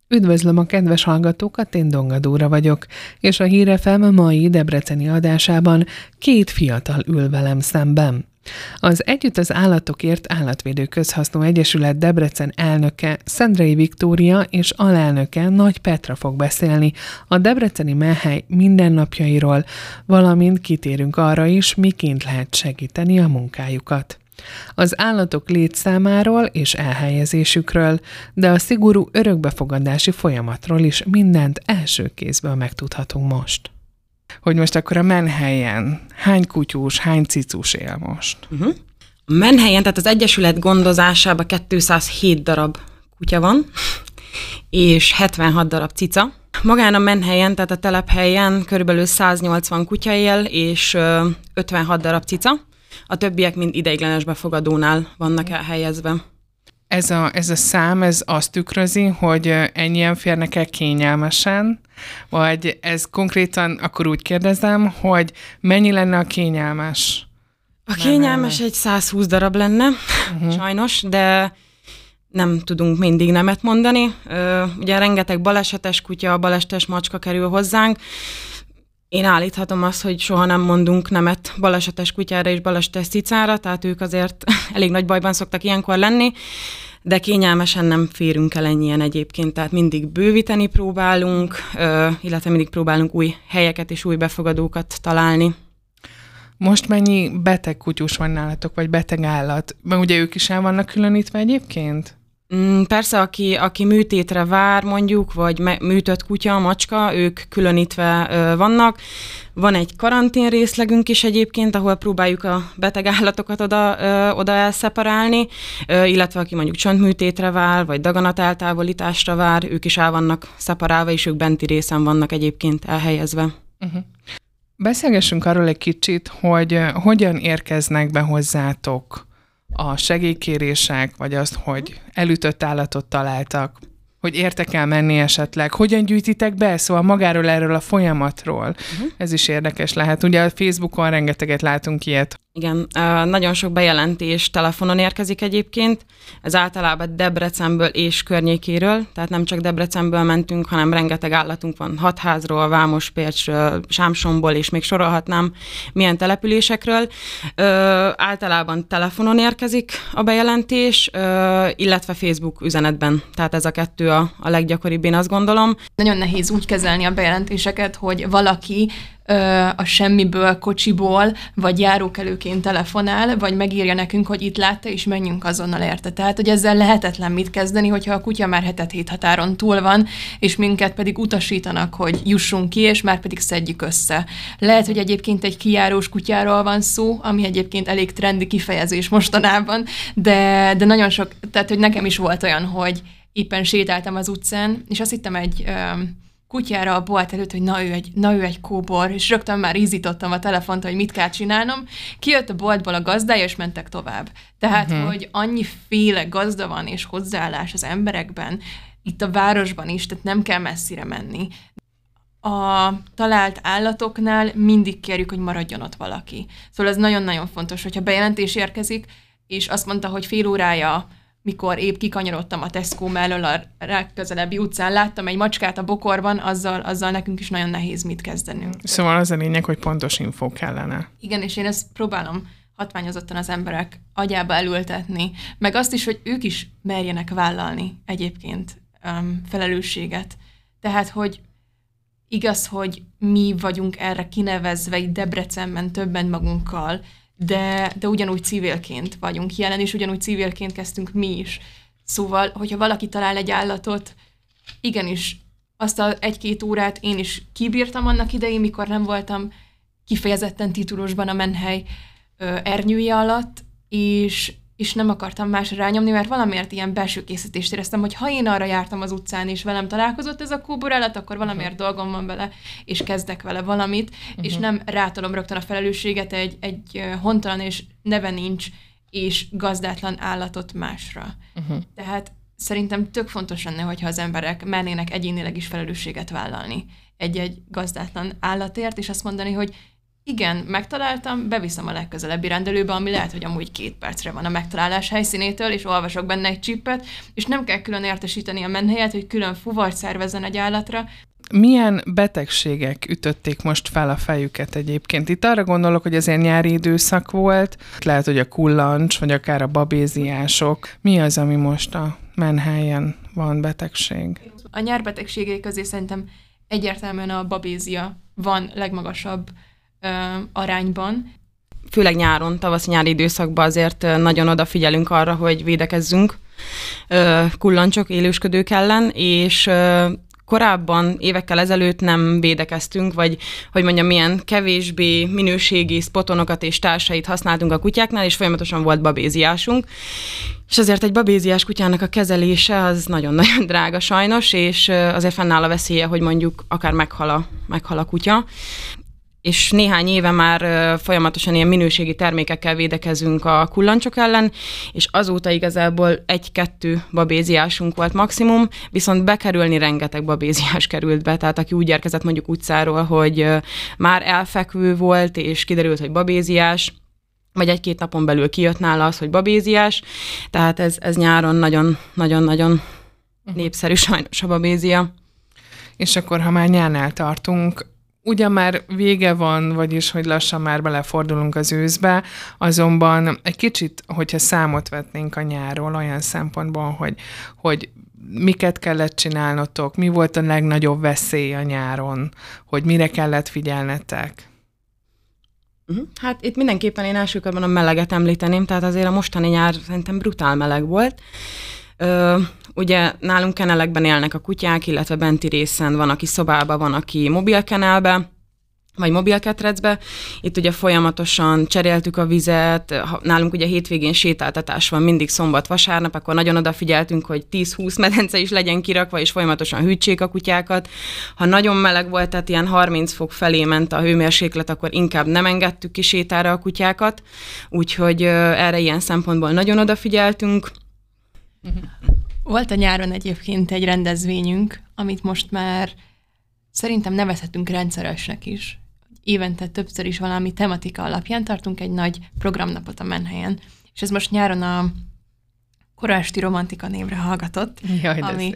Üdvözlöm a kedves hallgatókat, én Donga Dóra vagyok, és a Hír FM mai debreceni adásában két fiatal ül velem szemben. Az Együtt az Állatokért Állatvédő Közhasznú Egyesület Debrecen elnöke Szendrei Viktória és alelnöke Nagy Petra fog beszélni a debreceni menhely mindennapjairól, valamint kitérünk arra is, miként lehet segíteni a munkájukat. Az állatok létszámáról és elhelyezésükről, de a szigorú örökbefogadási folyamatról is mindent első kézből megtudhatunk most. Hogy most akkor a menhelyen hány kutyus, hány cicus él most? A menhelyen, tehát az Egyesület gondozásában 207 darab kutya van, és 76 darab cica. Magán a menhelyen, tehát a telephelyen körülbelül 180 kutya él, és 56 darab cica. A többiek mind ideiglenes befogadónál vannak elhelyezve. Ez a szám, ez azt tükrözi, hogy ennyien férnek el kényelmesen, vagy ez konkrétan, akkor úgy kérdezem, hogy mennyi lenne a kényelmes? A kényelmes egy 120 darab lenne, sajnos, de nem tudunk mindig nemet mondani. Ugye rengeteg balesetes kutya, balesetes macska kerül hozzánk. Én állíthatom azt, hogy soha nem mondunk nemet balesetes kutyára és balesetes cicára, tehát ők azért elég nagy bajban szoktak ilyenkor lenni, de kényelmesen nem férünk el ennyien egyébként, tehát mindig bővíteni próbálunk, illetve mindig próbálunk új helyeket és új befogadókat találni. Most mennyi beteg kutyus van nálatok, vagy beteg állat? Mert ugye ők is el vannak különítve egyébként? Persze, aki műtétre vár mondjuk, vagy műtött kutya, macska, ők különítve vannak. Van egy karantén részlegünk is egyébként, ahol próbáljuk a beteg állatokat oda elszeparálni, illetve aki mondjuk csontműtétre vár, vagy daganat eltávolításra vár, ők is el vannak szeparálva, és ők benti részen vannak egyébként elhelyezve. Beszélgessünk arról egy kicsit, hogy hogyan érkeznek be hozzátok a segélykérések, vagy azt, hogy elütött állatot találtak, hogy értek el menni esetleg, hogyan gyűjtitek be, szóval magáról erről a folyamatról. Ez is érdekes lehet. Ugye a Facebookon rengeteget látunk ilyet. Igen, nagyon sok bejelentés telefonon érkezik egyébként. Ez általában Debrecenből és környékéről, tehát nem csak Debrecenből mentünk, hanem rengeteg állatunk van Hatházról, Vámospércsről, Sámsonból, és még sorolhatnám milyen településekről. Általában telefonon érkezik a bejelentés, illetve Facebook üzenetben. Tehát ez a kettő a leggyakoribb, én azt gondolom. Nagyon nehéz úgy kezelni a bejelentéseket, hogy valaki a semmiből, kocsiból, vagy járókelőként telefonál, vagy megírja nekünk, hogy itt látta, és menjünk azonnal érte. Tehát, hogy ezzel lehetetlen mit kezdeni, hogyha a kutya már hetet-hét határon túl van, és minket pedig utasítanak, hogy jussunk ki, és már pedig szedjük össze. Lehet, hogy egyébként egy kijárós kutyáról van szó, ami egyébként elég trendi kifejezés mostanában, de nagyon sok, tehát, hogy nekem is volt olyan, hogy éppen sétáltam az utcán, és azt hittem egy kutyára a bolt előtt, hogy na ő egy kóbor, és rögtön már ízítottam a telefont, hogy mit kell csinálnom. Kijött a boltból a gazdája, és mentek tovább. Tehát, hogy annyiféle gazda van és hozzáállás az emberekben, itt a városban is, tehát nem kell messzire menni. A talált állatoknál mindig kérjük, hogy maradjon ott valaki. Szóval ez nagyon-nagyon fontos, hogyha bejelentés érkezik, és azt mondta, hogy fél órája, mikor épp kikanyarodtam a Tesco mellől a legközelebbi utcán, láttam egy macskát a bokorban, azzal nekünk is nagyon nehéz mit kezdenünk. Szóval az a lényeg, hogy pontos infó kellene. Igen, és én ezt próbálom hatványozottan az emberek agyába elültetni, meg azt is, hogy ők is merjenek vállalni egyébként felelősséget. Tehát, hogy igaz, hogy mi vagyunk erre kinevezve itt Debrecenben többen magunkkal, de ugyanúgy civilként vagyunk jelen, és ugyanúgy civilként kezdtünk mi is. Szóval, hogyha valaki talál egy állatot, igenis, azt a 1-2 órát én is kibírtam annak idején, mikor nem voltam kifejezetten titulusban a menhely ernyője alatt, és nem akartam másra rányomni, mert valamiért ilyen belső készítést éreztem, hogy ha én arra jártam az utcán, és velem találkozott ez a kóborállat, akkor valamiért dolgom van vele, és kezdek vele valamit, és nem rátolom rögtön a felelősséget egy hontalan és neve nincs, és gazdátlan állatot másra. Tehát szerintem tök fontos lenne, hogyha az emberek mernének egyénileg is felelősséget vállalni egy-egy gazdátlan állatért, és azt mondani, hogy igen, megtaláltam, beviszem a legközelebbi rendelőbe, ami lehet, hogy amúgy 2 percre van a megtalálás helyszínétől, és olvasok benne egy csippet, és nem kell külön értesíteni a menhelyet, hogy külön fuvart szervezzen egy állatra. Milyen betegségek ütötték most fel a fejüket egyébként? Itt arra gondolok, hogy azért nyári időszak volt, lehet, hogy a kullancs, vagy akár a babéziások. Mi az, ami most a menhelyen van betegség? A nyárbetegségei közé szerintem egyértelműen a babézia van legmagasabb arányban. Főleg nyáron, tavasz-nyári időszakban azért nagyon odafigyelünk arra, hogy védekezzünk kullancsok, élősködők ellen, és korábban, évekkel ezelőtt nem védekeztünk, vagy hogy mondjam, milyen kevésbé minőségi spotonokat és társait használtunk a kutyáknál, és folyamatosan volt babéziásunk. És azért egy babéziás kutyának a kezelése az nagyon-nagyon drága sajnos, és azért fennáll a veszélye, hogy mondjuk akár meghal a kutya. És néhány éve már folyamatosan ilyen minőségi termékekkel védekezünk a kullancsok ellen, és azóta igazából 1-2 babéziásunk volt maximum, viszont bekerülni rengeteg babéziás került be, tehát aki úgy érkezett mondjuk utcáról, hogy már elfekvő volt, és kiderült, hogy babéziás, vagy 1-2 napon belül kijött nála az, hogy babéziás, tehát ez nyáron nagyon-nagyon népszerű sajnos a babézia. És akkor, ha már nyárnál tartunk, ugyan már vége van, vagyis, hogy lassan már belefordulunk az őszbe, azonban egy kicsit, hogyha számot vetnénk a nyárról olyan szempontból, hogy miket kellett csinálnotok, mi volt a legnagyobb veszély a nyáron, hogy mire kellett figyelnetek? Hát itt mindenképpen én első körben a meleget említeném, tehát azért a mostani nyár szerintem brutál meleg volt. Ugye nálunk kenelekben élnek a kutyák, illetve benti részen van, aki szobában, van, aki mobilkenelbe, vagy mobilketrecbe. Itt ugye folyamatosan cseréltük a vizet, nálunk ugye hétvégén sétáltatás van mindig szombat-vasárnap, akkor nagyon odafigyeltünk, hogy 10-20 medence is legyen kirakva, és folyamatosan hűtsék a kutyákat. Ha nagyon meleg volt, tehát ilyen 30 fok felé ment a hőmérséklet, akkor inkább nem engedtük ki sétára a kutyákat, úgyhogy erre ilyen szempontból nagyon odafigyeltünk. Volt a nyáron egyébként egy rendezvényünk, amit most már szerintem nevezhetünk rendszeresnek is. Évente többször is valami tematika alapján tartunk egy nagy programnapot a menhelyen. És ez most nyáron a Koraesti Romantika névre hallgatott. Jaj, de ami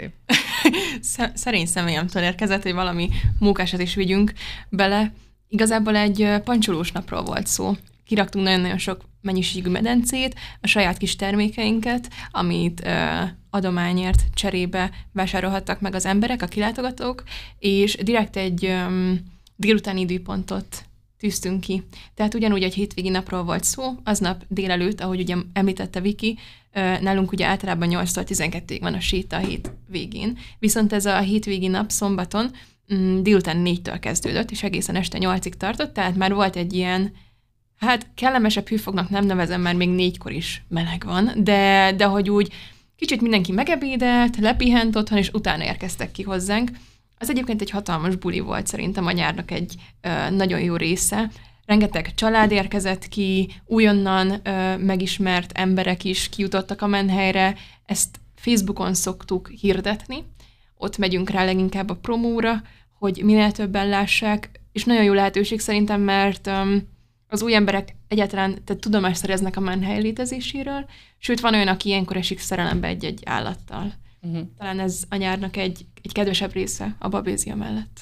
szép. szerény személyemtől érkezett, hogy valami mókásat is vigyünk bele. Igazából egy pancsolós napról volt szó. Kiraktunk nagyon-nagyon sok mennyiségű medencét, a saját kis termékeinket, amit adományért cserébe vásárolhattak meg az emberek, a kilátogatók, és direkt egy délutáni időpontot tűztünk ki. Tehát ugyanúgy egy hétvégi napról volt szó, aznap délelőtt, ahogy ugye említette Viki, nálunk ugye általában 8-tól 12-ig van a séta a hét végén, viszont ez a hétvégi nap szombaton délután 4-től kezdődött, és egészen este 8-ig tartott, tehát már volt egy ilyen, hát kellemesebb hűfognak nem nevezem, mert még 4-kor is meleg van, de hogy úgy kicsit mindenki megebédelt, lepihent otthon, és utána érkeztek ki hozzánk. Az egyébként egy hatalmas buli volt szerintem a nyárnak egy nagyon jó része. Rengeteg család érkezett ki, újonnan megismert emberek is kijutottak a menhelyre. Ezt Facebookon szoktuk hirdetni. Ott megyünk rá leginkább a promóra, hogy minél többen lássák, és nagyon jó lehetőség szerintem, mert az új emberek egyáltalán tudomást szereznek a menhely létezéséről, sőt, van olyan, aki ilyenkor esik szerelembe egy-egy állattal. Talán ez a nyárnak egy kedvesebb része a babézia mellett.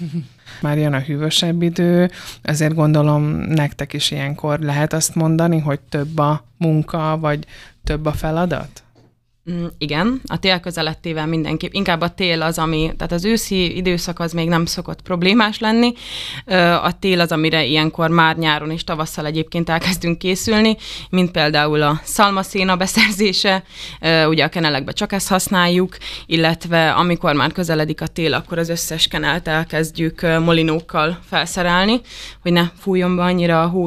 Már jön a hűvösebb idő, azért gondolom nektek is ilyenkor lehet azt mondani, hogy több a munka, vagy több a feladat? Igen, a tél közelettével mindenképp. Inkább a tél az, tehát az őszi időszak az még nem szokott problémás lenni. A tél az, amire ilyenkor már nyáron és tavasszal egyébként elkezdünk készülni, mint például a szalmaszéna beszerzése, ugye a kenelekbe csak ezt használjuk, illetve amikor már közeledik a tél, akkor az összes kenelt elkezdjük molinókkal felszerelni, hogy ne fújjon be annyira a hó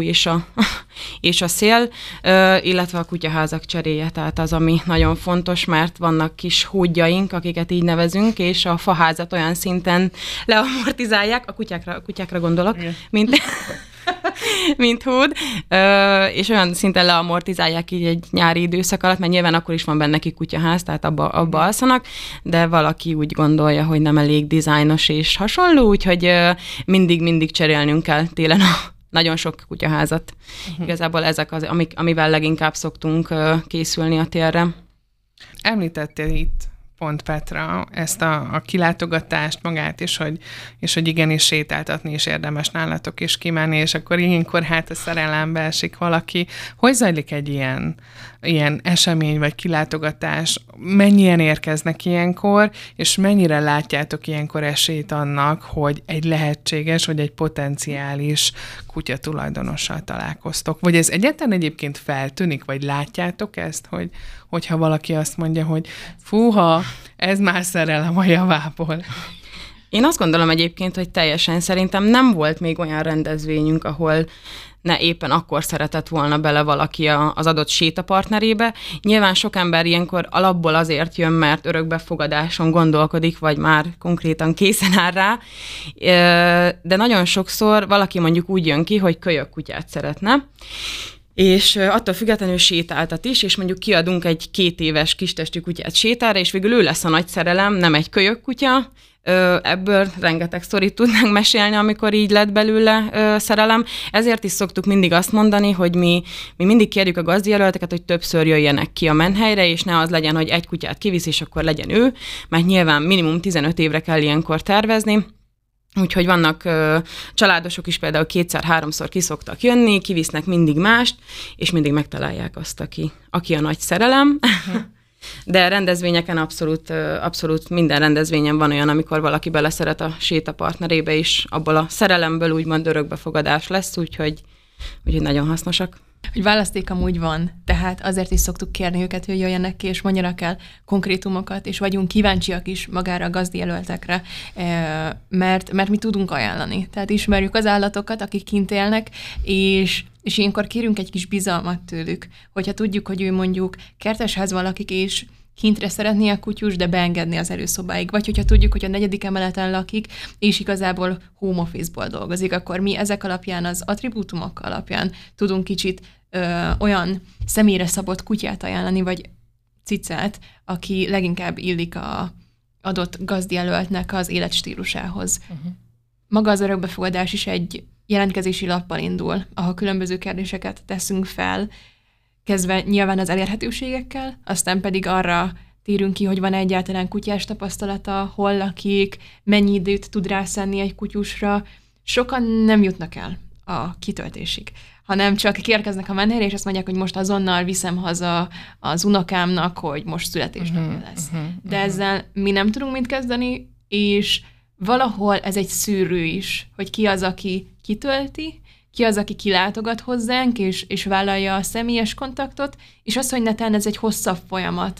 és a szél, illetve a kutyaházak cseréje, tehát az, ami nagyon fontos, mert vannak kis hódjaink, akiket így nevezünk, és a faházat olyan szinten leamortizálják, a kutyákra gondolok, mint hód, és olyan szinten leamortizálják így egy nyári időszak alatt, mert nyilván akkor is van benne neki kutyaház, tehát abba alszanak, de valaki úgy gondolja, hogy nem elég dizájnos és hasonló, úgyhogy mindig cserélnünk kell télen nagyon sok kutyaházat. Igazából ezek az, amivel leginkább szoktunk készülni a térre. Említettél itt pont Petra ezt a kilátogatást magát, és hogy igenis sétáltatni is érdemes nálatok is kimenni, és akkor ilyenkor hát a szerelembe esik valaki. Hogy zajlik egy ilyen esemény vagy kilátogatás? Mennyien érkeznek ilyenkor, és mennyire látjátok ilyenkor esélyt annak, hogy egy lehetséges, vagy egy potenciális kutya tulajdonossal találkoztok? Vagy ez egyáltalán egyébként feltűnik, vagy látjátok ezt, hogyha valaki azt mondja, hogy fúha, ez már szerelem a javából. Én azt gondolom egyébként, hogy teljesen szerintem nem volt még olyan rendezvényünk, ahol ne éppen akkor szeretett volna bele valaki az adott sétapartnerébe. Nyilván sok ember ilyenkor alapból azért jön, mert örökbefogadáson gondolkodik, vagy már konkrétan készen áll rá, de nagyon sokszor valaki mondjuk úgy jön ki, hogy kölyökkutyát szeretne, és attól függetlenül sétáltat is, és mondjuk kiadunk egy 2 éves kistestű kutyát sétára, és végül ő lesz a nagy szerelem, nem egy kölyökkutya. Ebből rengeteg sztorit tudnánk mesélni, amikor így lett belőle szerelem. Ezért is szoktuk mindig azt mondani, hogy mi mindig kérjük a gazdijelölteket, hogy többször jöjjenek ki a menhelyre, és ne az legyen, hogy egy kutyát kivisz, és akkor legyen ő, mert nyilván minimum 15 évre kell ilyenkor tervezni. Úgyhogy vannak családosok is például 2-3-szor ki szoktak jönni, kivisznek mindig mást, és mindig megtalálják azt, aki a nagy szerelem. De rendezvényeken abszolút minden rendezvényen van olyan, amikor valaki beleszeret a sétapartnerébe is, abból a szerelemből úgymond örökbefogadás lesz, úgyhogy nagyon hasznosak. Hogy választék amúgy van, tehát azért is szoktuk kérni őket, hogy jöjjenek ki, és mondjanak el konkrétumokat, és vagyunk kíváncsiak is magára a gazdijelöltekre, mert mi tudunk ajánlani. Tehát ismerjük az állatokat, akik kint élnek, és ilyenkor kérünk egy kis bizalmat tőlük, hogyha tudjuk, hogy ő mondjuk kertesházban lakik, és kintre szeretné a kutyus, de beengedni az előszobáig. Vagy hogyha tudjuk, hogy a 4. emeleten lakik, és igazából home office-ból dolgozik, akkor mi ezek alapján, az attribútumok alapján tudunk kicsit olyan személyre szabott kutyát ajánlani, vagy cicát, aki leginkább illik a adott gazdijelöltnek az életstílusához. Maga az örökbefogadás is egy jelentkezési lappal indul, ahol különböző kérdéseket teszünk fel, kezdve nyilván az elérhetőségekkel, aztán pedig arra térünk ki, hogy van egyáltalán kutyás tapasztalata, hol lakik, mennyi időt tud rászenni egy kutyusra. Sokan nem jutnak el a kitöltésig, hanem csak kiérkeznek a menhelyre, és azt mondják, hogy most azonnal viszem haza az unokámnak, hogy most születésnapja lesz. De ezzel mi nem tudunk mit kezdeni, és valahol ez egy szűrő is, hogy ki az, aki kitölti, ki az, aki kilátogat hozzánk, és vállalja a személyes kontaktot, és az, hogy netán ez egy hosszabb folyamat.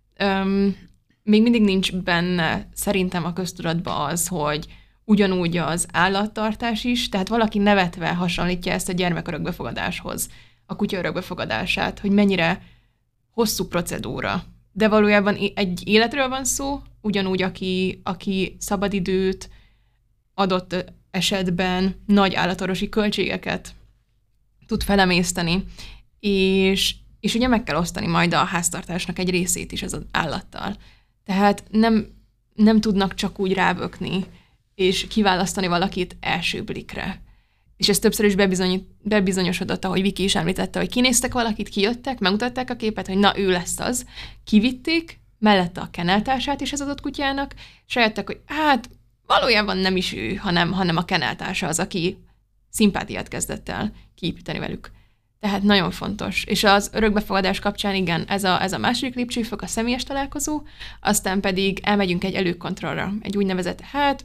Még mindig nincs benne szerintem a köztudatban az, hogy ugyanúgy az állattartás is, tehát valaki nevetve hasonlítja ezt a gyermek örökbefogadáshoz, a kutya örökbefogadását, hogy mennyire hosszú procedúra. De valójában egy életről van szó, ugyanúgy, aki szabadidőt adott esetben nagy állatorvosi költségeket tud felemészteni, és ugye meg kell osztani majd a háztartásnak egy részét is az állattal. Tehát nem tudnak csak úgy rábökni, és kiválasztani valakit első blikre. És ez többször is bebizonyosodott, ahogy Viki is említette, hogy kinéztek valakit, kijöttek, megmutatták a képet, hogy na, ő lesz az. Kivitték, mellette a keneltársát is az adott kutyának, és rájöttek, hogy hát valójában nem is ő, hanem a keneltársa az, aki szimpátiát kezdett el kiépíteni velük. Tehát nagyon fontos. És az örökbefogadás kapcsán igen, ez a második lépcsőfok, a személyes találkozó, aztán pedig elmegyünk egy előkontrollra, egy úgynevezett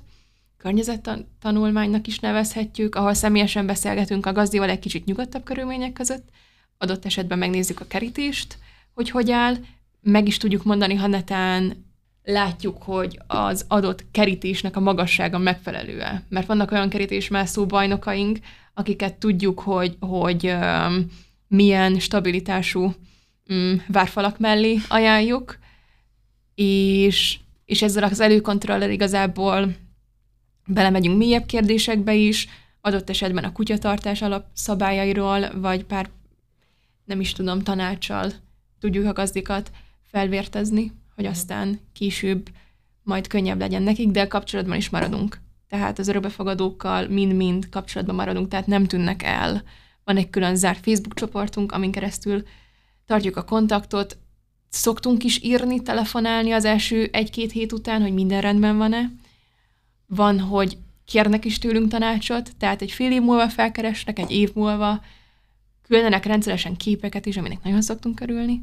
környezettanulmánynak is nevezhetjük, ahol személyesen beszélgetünk a gazdival egy kicsit nyugodtabb körülmények között, adott esetben megnézzük a kerítést, hogy áll, meg is tudjuk mondani, ha netán látjuk, hogy az adott kerítésnek a magassága megfelelő-e. Mert vannak olyan kerítésmászó bajnokaink, akiket tudjuk, hogy milyen stabilitású várfalak mellé ajánljuk, és ezzel az előkontroller igazából belemegyünk mélyebb kérdésekbe is, adott esetben a kutyatartás alapszabályairól, vagy pár, nem is tudom, tanácssal tudjuk a gazdikat felvértezni, hogy aztán később majd könnyebb legyen nekik, de kapcsolatban is maradunk tehát az örökbefogadókkal mind-mind kapcsolatban maradunk, tehát nem tűnnek el. Van egy külön zárt Facebook csoportunk, amin keresztül tartjuk a kontaktot, szoktunk is írni, telefonálni az első 1-2 hét után, hogy minden rendben van-e. Van, hogy kérnek is tőlünk tanácsot, tehát egy fél év múlva felkeresnek, egy év múlva, küldenek rendszeresen képeket is, aminek nagyon szoktunk örülni.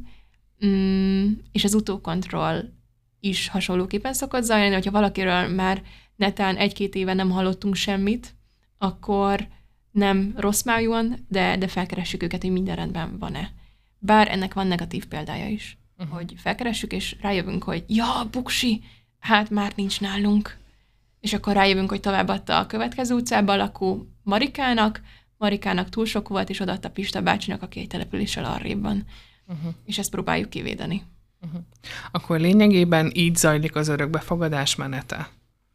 És az utókontroll is hasonlóképpen szokott zajlani, hogyha valakiről már netán 1-2 éve nem hallottunk semmit, akkor nem rossz májúan, de felkeressük őket, hogy minden rendben van-e. Bár ennek van negatív példája is, hogy felkeressük, és rájövünk, hogy buksi, hát már nincs nálunk. És akkor rájövünk, hogy továbbadta a következő utcában lakó Marikának túl sok volt, és odaadta Pista bácsinak, aki egy településsel arrébb van. És ezt próbáljuk kivédeni. Akkor lényegében így zajlik az örökbefogadás menete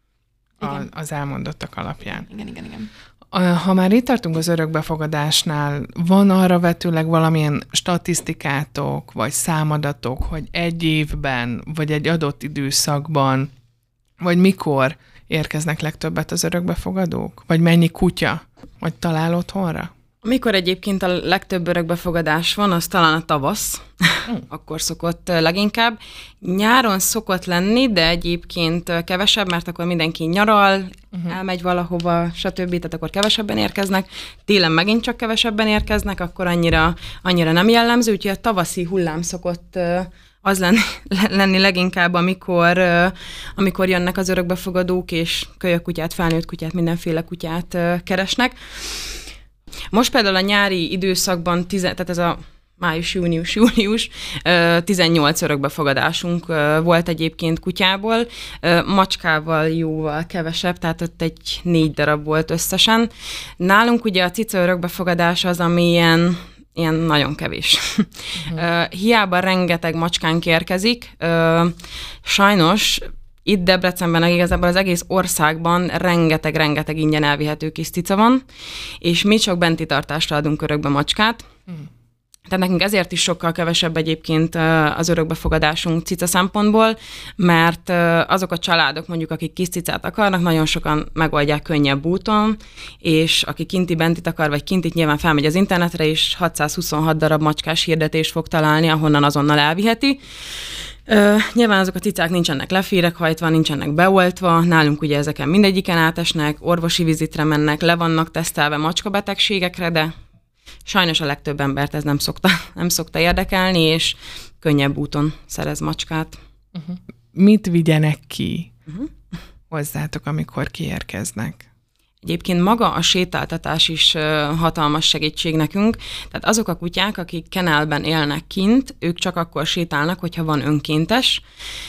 az elmondottak alapján. Igen. Ha már itt tartunk az örökbefogadásnál, van arra vetőleg valamilyen statisztikátok, vagy számadatok, hogy egy évben, vagy egy adott időszakban, vagy mikor érkeznek legtöbbet az örökbefogadók? Vagy mennyi kutya? Vagy talál otthonra? Amikor egyébként a legtöbb örökbefogadás van, az talán a tavasz, akkor szokott leginkább. Nyáron szokott lenni, de egyébként kevesebb, mert akkor mindenki nyaral, elmegy valahova, stb., tehát akkor kevesebben érkeznek. Télen megint csak kevesebben érkeznek, akkor annyira nem jellemző, úgyhogy a tavaszi hullám szokott az lenni leginkább, amikor jönnek az örökbefogadók, és kölyökkutyát, felnőtt kutyát, mindenféle kutyát keresnek. Most például a nyári időszakban, tehát ez a május, június, július, 18 örökbefogadásunk volt egyébként kutyából, macskával jóval kevesebb, tehát ott egy 4 darab volt összesen. Nálunk ugye a cica örökbefogadás az, ami ilyen nagyon kevés. Hiába rengeteg macskánk érkezik, sajnos itt Debrecenben, igazából az egész országban rengeteg ingyen elvihető kis cica van, és mi csak benti tartásra adunk örökbe macskát. Tehát nekünk ezért is sokkal kevesebb egyébként az örökbefogadásunk cica szempontból, mert azok a családok, mondjuk, akik kis cicát akarnak, nagyon sokan megoldják könnyebb úton, és aki kinti-bentit akar, vagy kintit, nyilván felmegy az internetre, és 626 darab macskás hirdetést fog találni, ahonnan azonnal elviheti. Nyilván azok a cicák nincsenek leféreghajtva, nincsenek beoltva, nálunk ugye ezeken mindegyiken átesnek, orvosi vizitre mennek, le vannak tesztelve macskabetegségekre, de sajnos a legtöbb embert ez nem szokta érdekelni, és könnyebb úton szerez macskát. Mit vigyenek ki hozzátok, amikor kiérkeznek? Egyébként maga a sétáltatás is hatalmas segítség nekünk, tehát azok a kutyák, akik kennelben élnek kint, ők csak akkor sétálnak, hogyha van önkéntes.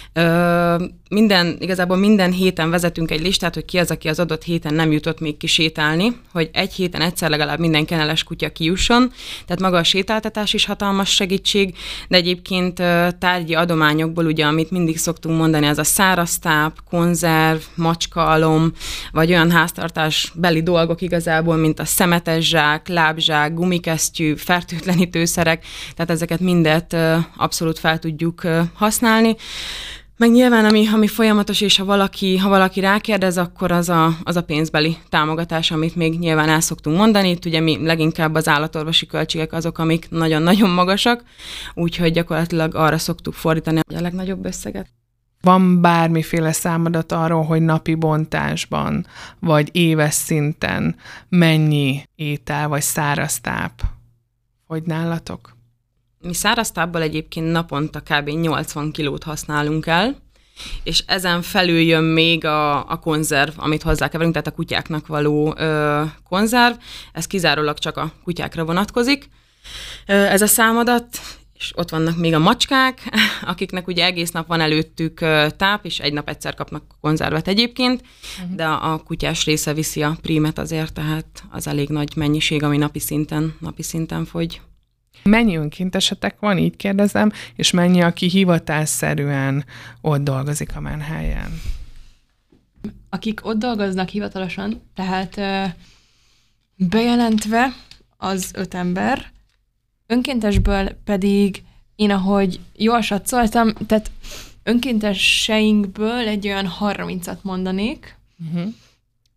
Igazából minden héten vezetünk egy listát, hogy ki az, aki az adott héten nem jutott még kisétálni, hogy egy héten egyszer legalább minden kenneles kutya kijusson, tehát maga a sétáltatás is hatalmas segítség, de egyébként tárgyi adományokból, ugye, amit mindig szoktunk mondani, az a száraztáp, konzerv, macskaalom, vagy olyan háztartás beli dolgok igazából, mint a szemetes zsák, lábzsák, gumikesztyű, fertőtlenítőszerek, tehát ezeket mindet abszolút fel tudjuk használni. Meg nyilván, ami folyamatos, és ha valaki rákérdez, akkor az a pénzbeli támogatás, amit még nyilván el szoktunk mondani. Itt ugye mi leginkább az állatorvosi költségek azok, amik nagyon-nagyon magasak, úgyhogy gyakorlatilag arra szoktuk fordítani a legnagyobb összeget. Van bármiféle számadat arról, hogy napi bontásban, vagy éves szinten mennyi étel, vagy száraztáp fogy nálatok? Mi száraztábból egyébként naponta kb. 80 kilót használunk el, és ezen felül jön még a konzerv, amit hozzákeverünk, tehát a kutyáknak való konzerv. Ez kizárólag csak a kutyákra vonatkozik. Ez a számadat, és ott vannak még a macskák, akiknek ugye egész nap van előttük táp, és egy nap egyszer kapnak konzervet egyébként, de a kutyás része viszi a prímet azért, tehát az elég nagy mennyiség, ami napi szinten fogy. Mennyi önkéntesetek van, így kérdezem, és mennyi, aki hivatásszerűen ott dolgozik a menhelyen? Akik ott dolgoznak hivatalosan, tehát bejelentve az 5 ember, önkéntesből pedig én, ahogy jól satszoltam, tehát önkénteseinkből egy olyan 30-at mondanék,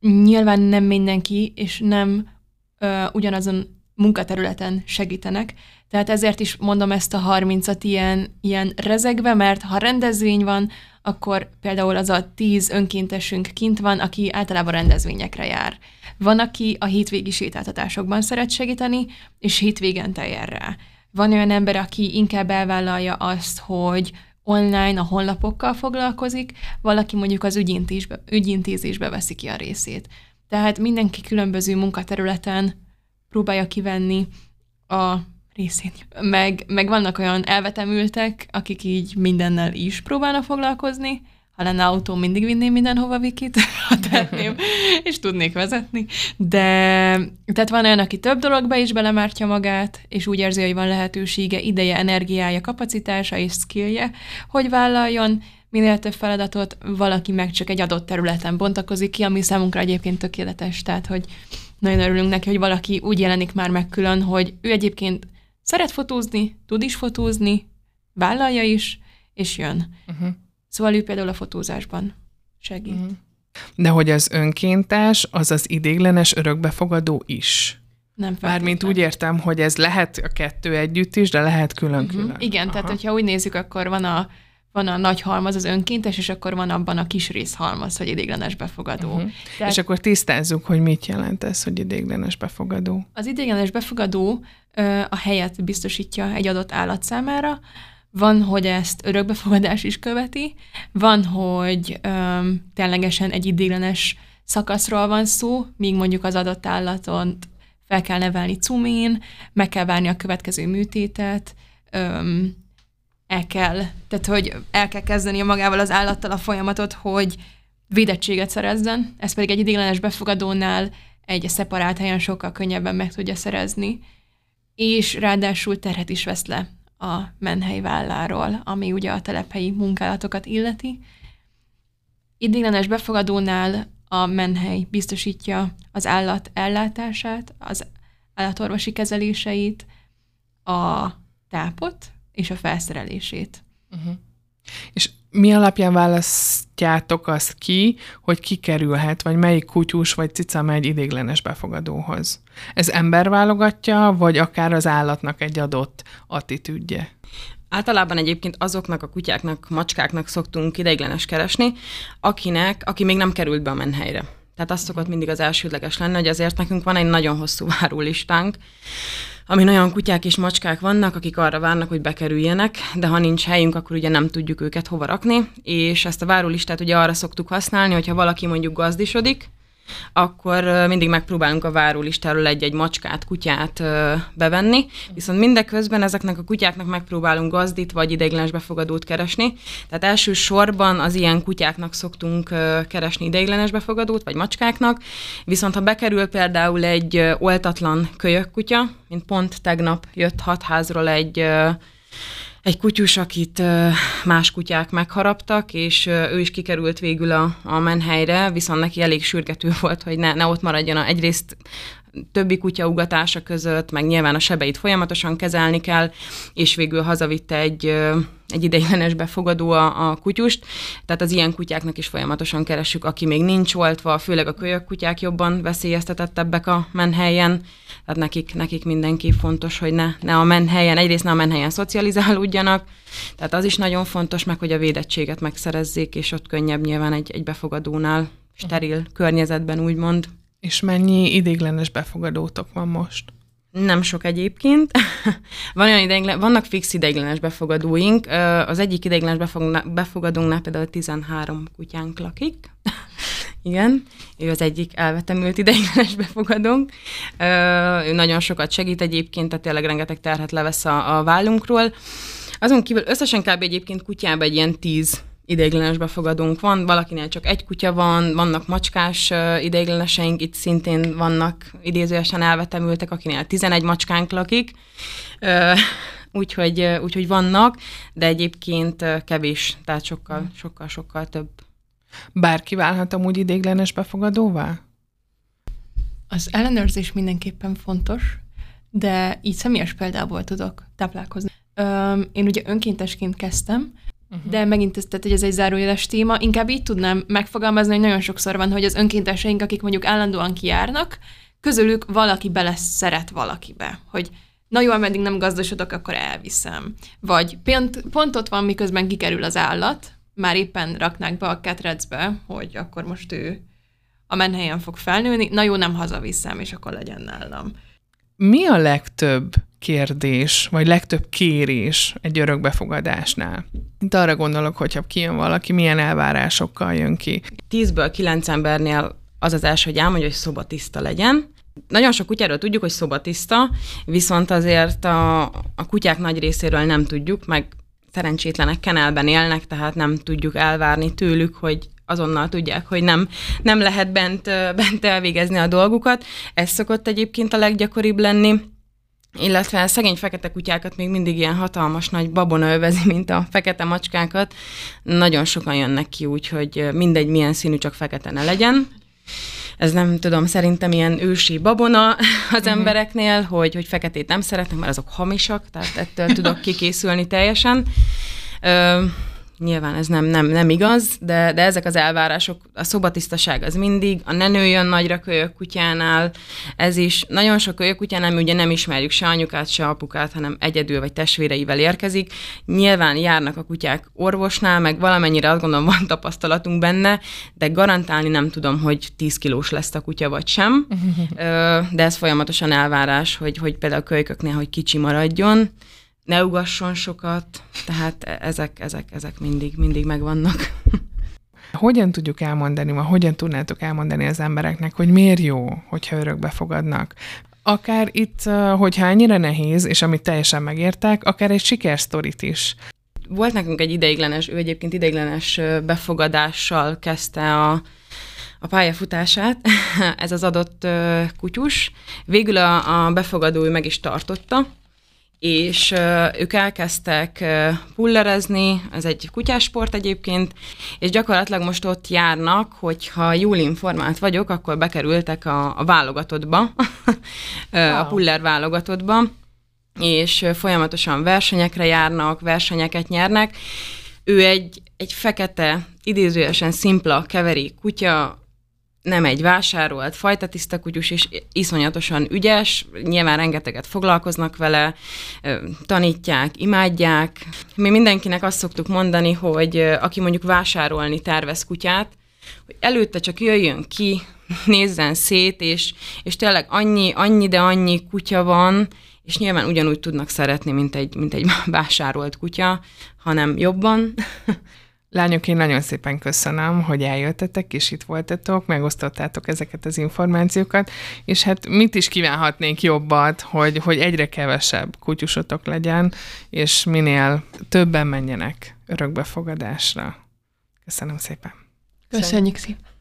nyilván nem mindenki, és nem ugyanazon munkaterületen segítenek. Tehát ezért is mondom ezt a 30-at ilyen rezegve, mert ha rendezvény van, akkor például az a 10 önkéntesünk kint van, aki általában rendezvényekre jár. Van, aki a hétvégi sétáltatásokban szeret segíteni, és hétvégente jár rá. Van olyan ember, aki inkább elvállalja azt, hogy online a honlapokkal foglalkozik, valaki mondjuk az ügyintézésbe veszi ki a részét. Tehát mindenki különböző munkaterületen próbálja kivenni a részét. Meg vannak olyan elvetemültek, akik így mindennel is próbálnak foglalkozni. Ha lenne autó, mindig vinném mindenhova Vikit, ha tehetném, és tudnék vezetni. De tehát van olyan, aki több dologba is belemártja magát, és úgy érzi, hogy van lehetősége, ideje, energiája, kapacitása és skillje, hogy vállaljon minél több feladatot, valaki meg csak egy adott területen bontakozik ki, ami számunkra egyébként tökéletes. Tehát, hogy nagyon örülünk neki, hogy valaki úgy jelenik már meg külön, hogy ő egyébként szeret fotózni, tud is fotózni, vállalja is, és jön. Szóval ő például a fotózásban segít. De hogy az önkéntes, az az ideiglenes örökbefogadó is. Nem feltétlen. Mármint úgy értem, hogy ez lehet a kettő együtt is, de lehet külön-külön. Igen, tehát hogyha úgy nézzük, akkor van a nagy halmaz, az önkéntes, és akkor van abban a kis részhalmaz, hogy ideiglenes befogadó. Tehát... És akkor tisztázzuk, hogy mit jelent ez, hogy ideiglenes befogadó. Az ideiglenes befogadó a helyet biztosítja egy adott állat számára. Van, hogy ezt örökbefogadás is követi, van, hogy ténylegesen egy ideiglenes szakaszról van szó, míg mondjuk az adott állaton fel kell nevelni cumén, meg kell várni a következő műtétet, hogy el kell kezdeni magával az állattal a folyamatot, hogy védettséget szerezzen, ez pedig egy ideiglenes befogadónál egy szeparált helyen sokkal könnyebben meg tudja szerezni, és ráadásul terhet is vesz le a menhely válláról, ami ugye a telephelyi munkálatokat illeti. Ideiglenes befogadónál a menhely biztosítja az állat ellátását, az állatorvosi kezeléseit, a tápot és a felszerelését. És mi alapján választjátok azt ki, hogy ki kerülhet, vagy melyik kutyus vagy cica megy ideiglenes befogadóhoz? Ez ember válogatja, vagy akár az állatnak egy adott attitűdje? Általában egyébként azoknak a kutyáknak, macskáknak szoktunk ideiglenes keresni, aki még nem került be a menhelyre. Tehát az szokott mindig az elsődleges lenni, hogy azért nekünk van egy nagyon hosszú várólistánk, amin olyan kutyák és macskák vannak, akik arra várnak, hogy bekerüljenek, de ha nincs helyünk, akkor ugye nem tudjuk őket hova rakni, és ezt a várólistát ugye arra szoktuk használni, hogyha valaki mondjuk gazdisodik, akkor mindig megpróbálunk a várólistáról egy-egy macskát, kutyát bevenni, viszont mindeközben ezeknek a kutyáknak megpróbálunk gazdit vagy ideiglenes befogadót keresni. Tehát elsősorban az ilyen kutyáknak szoktunk keresni ideiglenes befogadót, vagy macskáknak, viszont ha bekerül például egy oltatlan kölyökkutya, mint pont tegnap jött Hatházról egy kutyus, akit más kutyák megharaptak, és ő is kikerült végül a menhelyre, viszont neki elég sürgető volt, hogy ne ott maradjon egyrészt többi kutya ugatása között, meg nyilván a sebeit folyamatosan kezelni kell, és végül hazavitte egy ideiglenes befogadó a kutyust. Tehát az ilyen kutyáknak is folyamatosan keressük, aki még nincs oltva, főleg a kölyökkutyák jobban veszélyeztetettebbek a menhelyen. Tehát nekik mindenki fontos, hogy ne a menhelyen, egyrészt ne a menhelyen szocializálódjanak, tehát az is nagyon fontos, meg hogy a védettséget megszerezzék, és ott könnyebb nyilván egy befogadónál, steril környezetben úgymond. És mennyi ideiglenes befogadótok van most? Nem sok egyébként. Vannak fix ideiglenes befogadóink. Az egyik ideiglenes befogadónknál például 13 kutyánk lakik. Igen, ő az egyik elvetemült ideiglenes befogadónk. Ő nagyon sokat segít egyébként, tehát tényleg rengeteg terhet levesz a vállunkról. Azon kívül összesen kb. Egyébként kutyában egy ilyen 10 ideiglenes befogadónk van, valakinél csak egy kutya van, vannak macskás ideigleneseink, itt szintén vannak idézőesen elvetemültek, akinél 11 macskánk lakik, úgyhogy vannak, de egyébként kevés, tehát sokkal több. Bárki válhat amúgy ideiglenes befogadóvá? Az ellenőrzés mindenképpen fontos, de így személyes példából tudok táplálkozni. Én ugye önkéntesként kezdtem, De megint ez, tehát, hogy ez egy zárójeles téma, inkább így tudnám megfogalmazni, hogy nagyon sokszor van, hogy az önkénteseink, akik mondjuk állandóan kijárnak, közülük valaki bele szeret valakibe, hogy na jó, ameddig nem gazdasodok, akkor elviszem. Vagy pont ott van, miközben kikerül az állat, már éppen raknák be a ketrecbe, hogy akkor most ő a menhelyen fog felnőni, na jó, nem hazaviszem, és akkor legyen nálam. Mi a legtöbb kérdés, vagy legtöbb kérés egy örökbefogadásnál? Itt arra gondolok, hogyha kijön valaki, milyen elvárásokkal jön ki. 10-ből 9 embernél az az első, hogy elmondja, hogy szobatiszta legyen. Nagyon sok kutyáról tudjuk, hogy szobatiszta, viszont azért a kutyák nagy részéről nem tudjuk, meg szerencsétlenek kennelben élnek, tehát nem tudjuk elvárni tőlük, hogy azonnal tudják, hogy nem lehet bent elvégezni a dolgukat. Ez szokott egyébként a leggyakoribb lenni, illetve szegény fekete kutyákat még mindig ilyen hatalmas nagy babona övezi, mint a fekete macskákat. Nagyon sokan jönnek ki úgy, hogy mindegy milyen színű, csak fekete ne legyen. Ez nem tudom, szerintem ilyen ősi babona az embereknél, hogy feketét nem szeretnek, mert azok hamisak, tehát ettől tudok kikészülni teljesen. Nyilván ez nem igaz, de ezek az elvárások, a szobatisztaság az mindig, a ne nőjön nagyra kölyök kutyánál, ez is. Nagyon sok kölyök kutyánál mi ugye nem ismerjük se anyukát, se apukát, hanem egyedül vagy testvéreivel érkezik. Nyilván járnak a kutyák orvosnál, meg valamennyire azt gondolom van tapasztalatunk benne, de garantálni nem tudom, hogy 10 kilós lesz a kutya vagy sem. De ez folyamatosan elvárás, hogy például kölyköknél, hogy kicsi maradjon, ne ugasson sokat, tehát ezek mindig megvannak. Hogyan tudjuk elmondani, vagy hogyan tudnátok elmondani az embereknek, hogy miért jó, hogyha örökbe fogadnak? Akár itt, hogyha ennyire nehéz, és amit teljesen megértek, akár egy sikersztorit is. Volt nekünk egy ő egyébként ideiglenes befogadással kezdte a pályafutását, ez az adott kutyus. Végül a befogadó meg is tartotta, és ők elkezdtek pullerezni, ez egy kutyásport egyébként, és gyakorlatilag most ott járnak, hogyha jól informált vagyok, akkor bekerültek a válogatottba, a puller válogatottba, és folyamatosan versenyekre járnak, versenyeket nyernek. Ő egy fekete, idézőjelesen szimpla, keverék kutya, nem egy vásárolt, fajtatiszta kutyus, és iszonyatosan ügyes, nyilván rengeteget foglalkoznak vele, tanítják, imádják. Mi mindenkinek azt szoktuk mondani, hogy aki mondjuk vásárolni tervez kutyát, hogy előtte csak jöjjön ki, nézzen szét, és tényleg annyi kutya van, és nyilván ugyanúgy tudnak szeretni, mint egy vásárolt kutya, hanem jobban. Lányok, én nagyon szépen köszönöm, hogy eljöttetek, és itt voltatok, megosztottátok ezeket az információkat, és hát mit is kívánhatnék jobbat, hogy egyre kevesebb kutyusotok legyen, és minél többen menjenek örökbefogadásra. Köszönöm szépen. Köszönjük szépen.